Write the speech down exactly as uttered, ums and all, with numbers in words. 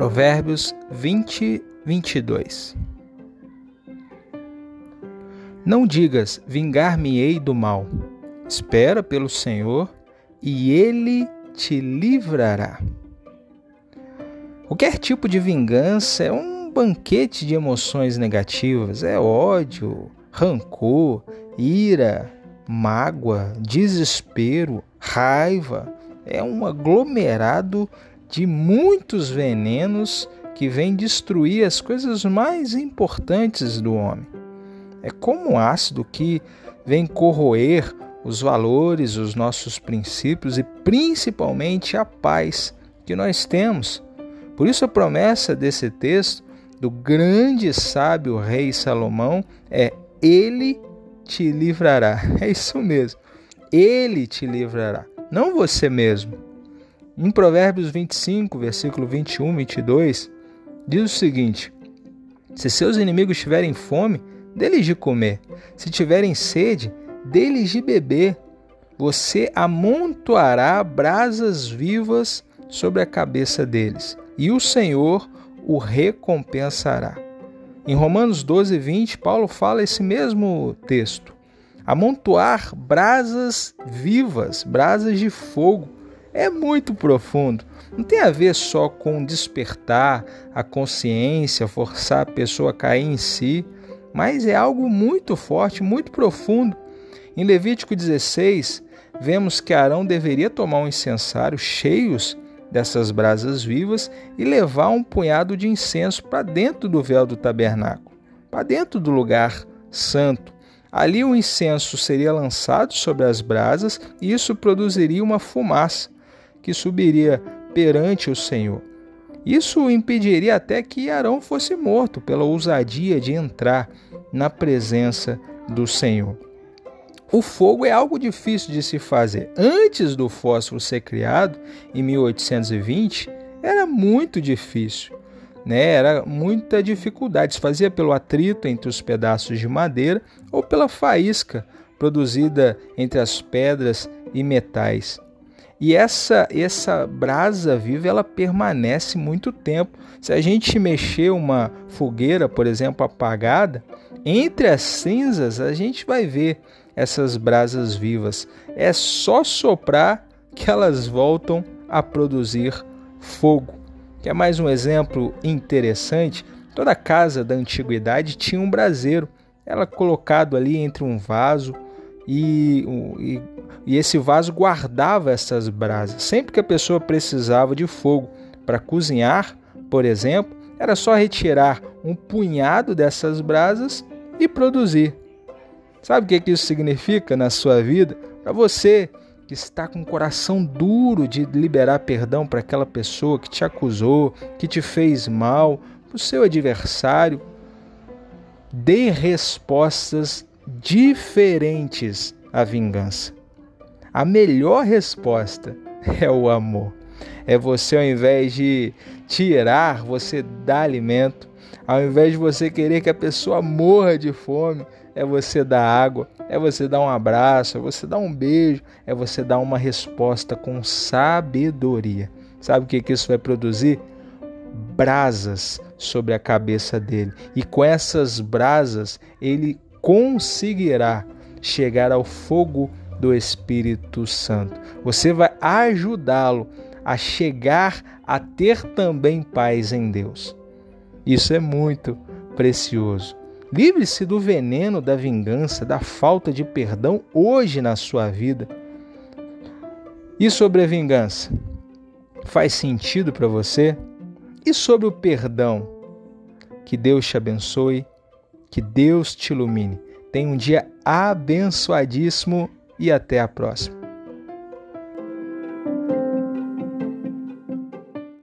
Provérbios vinte, vinte e dois. Não digas, vingar-me-ei do mal. Espera pelo Senhor e Ele te livrará. Qualquer tipo de vingança é um banquete de emoções negativas. É ódio, rancor, ira, mágoa, desespero, raiva. É um aglomerado de muitos venenos que vem destruir as coisas mais importantes do homem. É como um ácido que vem corroer os valores, os nossos princípios e principalmente a paz que nós temos. Por isso a promessa desse texto do grande sábio rei Salomão é: Ele te livrará. É isso mesmo. Ele te livrará, não você mesmo. Em Provérbios vinte e cinco, versículo vinte e um, vinte e dois, diz o seguinte: se seus inimigos tiverem fome, dê-lhes de comer. Se tiverem sede, dê-lhes de beber. Você amontoará brasas vivas sobre a cabeça deles, e o Senhor o recompensará. Em Romanos doze, vinte, Paulo fala esse mesmo texto. Amontoar brasas vivas, brasas de fogo, é muito profundo. Não tem a ver só com despertar a consciência, forçar a pessoa a cair em si, mas é algo muito forte, muito profundo. Em Levítico dezesseis, vemos que Arão deveria tomar um incensário cheios dessas brasas vivas e levar um punhado de incenso para dentro do véu do tabernáculo, para dentro do lugar santo. Ali o incenso seria lançado sobre as brasas e isso produziria uma fumaça que subiria perante o Senhor. Isso impediria até que Arão fosse morto pela ousadia de entrar na presença do Senhor. O fogo é algo difícil de se fazer. Antes do fósforo ser criado, em mil oitocentos e vinte, era muito difícil, né? Era muita dificuldade. Se fazia pelo atrito entre os pedaços de madeira ou pela faísca produzida entre as pedras e metais. E essa, essa brasa viva, ela permanece muito tempo. Se a gente mexer uma fogueira, por exemplo, apagada, entre as cinzas a gente vai ver essas brasas vivas. É só soprar que elas voltam a produzir fogo. Que é mais um exemplo interessante. Toda casa da antiguidade tinha um braseiro. Ela colocado ali entre um vaso e, e, e esse vaso guardava essas brasas. Sempre que a pessoa precisava de fogo para cozinhar, por exemplo, era só retirar um punhado dessas brasas e produzir. Sabe o que isso significa na sua vida? Para você que está com o coração duro de liberar perdão para aquela pessoa que te acusou, que te fez mal, para o seu adversário, dê respostas diferentes à vingança. A melhor resposta é o amor. É você, ao invés de tirar, você dá alimento. Ao invés de você querer que a pessoa morra de fome, é você dar água, é você dar um abraço, é você dar um beijo, é você dar uma resposta com sabedoria. Sabe o que isso vai produzir? Brasas sobre a cabeça dele. E com essas brasas, ele conseguirá chegar ao fogo do Espírito Santo. Você vai ajudá-lo a chegar a ter também paz em Deus. Isso é muito precioso. Livre-se do veneno da vingança, da falta de perdão hoje na sua vida. E sobre a vingança? Faz sentido para você? E sobre o perdão? Que Deus te abençoe, que Deus te ilumine. Tenha um dia abençoadíssimo e até a próxima.